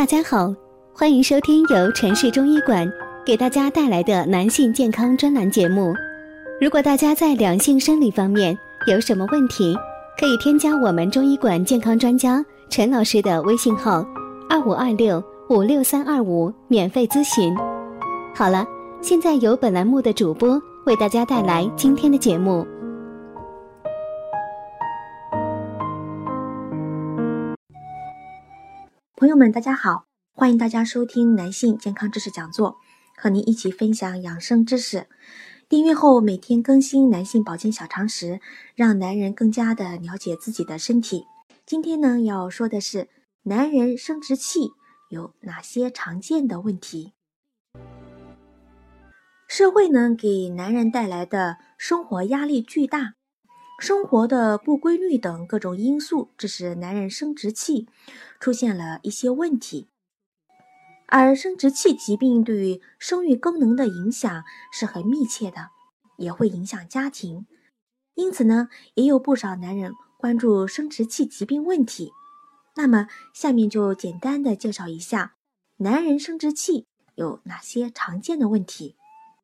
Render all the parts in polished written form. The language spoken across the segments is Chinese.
大家好，欢迎收听由城市中医馆给大家带来的男性健康专栏节目。如果大家在两性生理方面有什么问题，可以添加我们中医馆健康专家陈老师的微信号2526-56325免费咨询。好了，现在由本栏目的主播为大家带来今天的节目。 朋友们大家好，欢迎大家收听男性健康知识讲座，和您一起分享养生知识。订阅后每天更新男性保健小常识，让男人更加的了解自己的身体。今天呢要说的是男人生殖器有哪些常见的问题。社会呢给男人带来的生活压力巨大，生活的不规律等各种因素致使男人生殖器出现了一些问题，而生殖器疾病对于生育功能的影响是很密切的，也会影响家庭。因此呢，也有不少男人关注生殖器疾病问题。那么下面就简单的介绍一下男人生殖器有哪些常见的问题。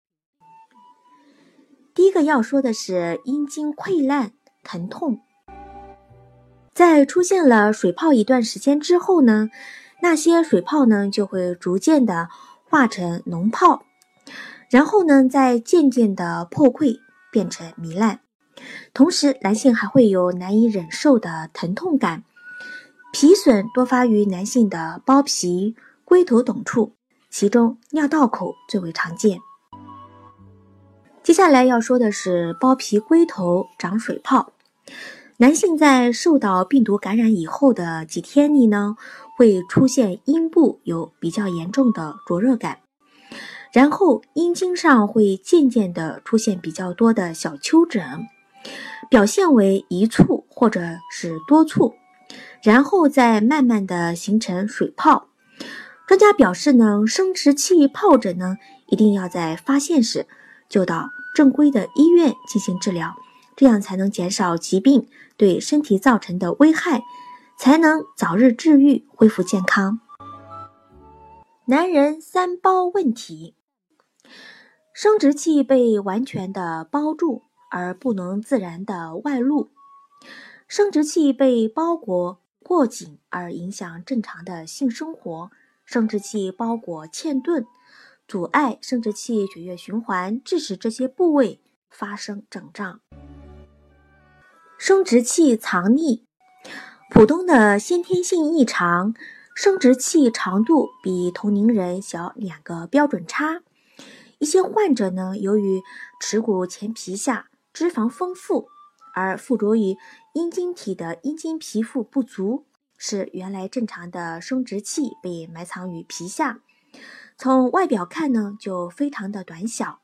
第一个要说的是阴茎溃烂疼痛。在出现了水泡一段时间之后呢，那些水泡呢就会逐渐的化成脓泡，然后呢再渐渐的破溃变成糜烂。同时男性还会有难以忍受的疼痛感，皮损多发于男性的包皮、龟头等处，其中尿道口最为常见。接下来要说的是包皮龟头长水泡。男性在受到病毒感染以后的几天里呢，会出现阴部有比较严重的灼热感，然后阴茎上会渐渐的出现比较多的小丘疹，表现为一簇或者是多簇，然后再慢慢的形成水泡。专家表示呢，生殖器疱疹呢，一定要在发现时就到正规的医院进行治疗，这样才能减少疾病对身体造成的危害，才能早日治愈，恢复健康。男人三包问题。生殖器被完全的包住而不能自然的外露，生殖器被包裹过紧而影响正常的性生活，生殖器包裹欠钝，阻碍生殖器血液循环，致使这些部位发生肿胀。生殖器藏匿。普通的先天性异常，生殖器长度比同龄人小2个标准差。一些患者呢，由于耻骨前皮下脂肪丰富，而附着于阴茎体的阴茎皮肤不足，使原来正常的生殖器被埋藏于皮下。从外表看呢，就非常的短小。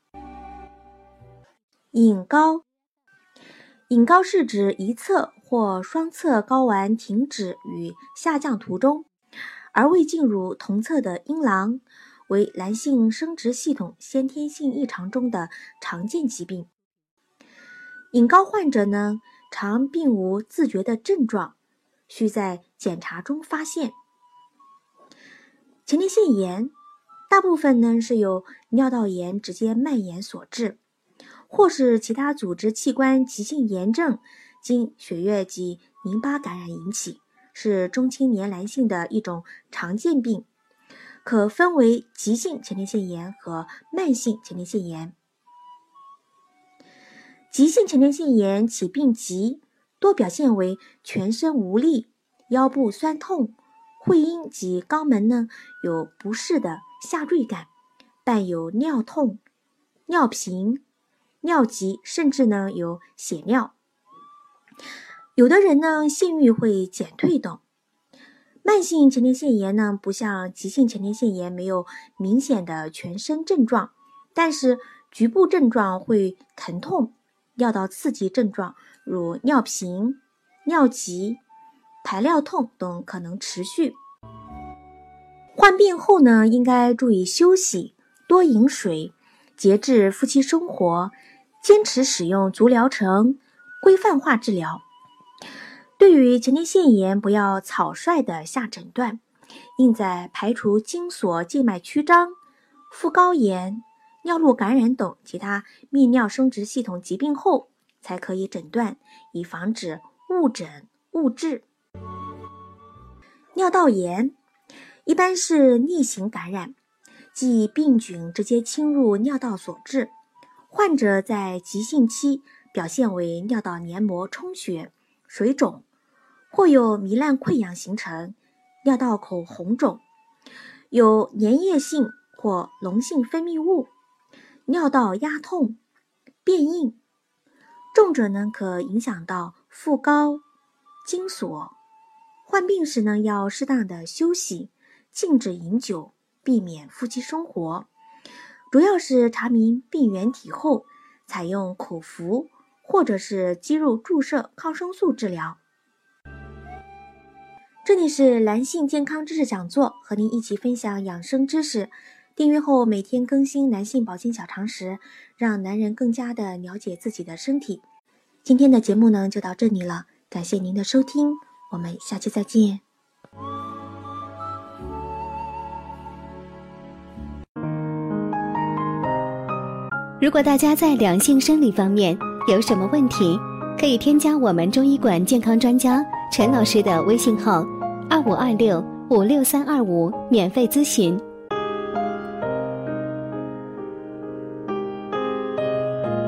隐睾。隐睾是指一侧或双侧睾丸停止与下降途中，而未进入同侧的阴囊，为男性生殖系统先天性异常中的常见疾病。隐睾患者呢，常并无自觉的症状，需在检查中发现。前列腺炎大部分呢是由尿道炎直接蔓延所致，或是其他组织器官急性炎症经血液及淋巴感染引起，是中青年男性的一种常见病，可分为急性前列腺炎和慢性前列腺炎。急性前列腺炎起病急，多表现为全身无力、腰部酸痛、会阴及肛门呢有不适的下坠感，伴有尿痛、尿频、尿急，甚至呢有血尿。有的人呢性欲会减退等。慢性前列腺炎呢不像急性前列腺炎没有明显的全身症状，但是局部症状会疼痛，尿道刺激症状如尿频、尿急、排尿痛等可能持续。患病后呢，应该注意休息，多饮水，节制夫妻生活，坚持使用足疗程，规范化治疗。对于前列腺炎，不要草率的下诊断， 应在排除精索静脉曲张、副睾炎、尿路感染等其他泌尿生殖系统疾病后，才可以诊断，以防止误诊误治。尿道炎一般是逆行感染，即病菌直接侵入尿道所致，患者在急性期表现为尿道黏膜充血、水肿，或有糜烂溃疡形成，尿道口红肿，有粘液性或脓性分泌物，尿道压痛、变硬，重者呢可影响到副睾、精索。患病时呢要适当的休息，禁止饮酒，避免夫妻生活。主要是查明病原体后，采用口服或者是肌肉注射抗生素治疗。这里是男性健康知识讲座，和您一起分享养生知识。订阅后每天更新男性保健小常识，让男人更加的了解自己的身体。今天的节目呢就到这里了，感谢您的收听，我们下期再见。 如果大家在两性生理方面有什么问题，可以添加我们中医馆健康专家陈老师的微信号2526-56325免费咨询。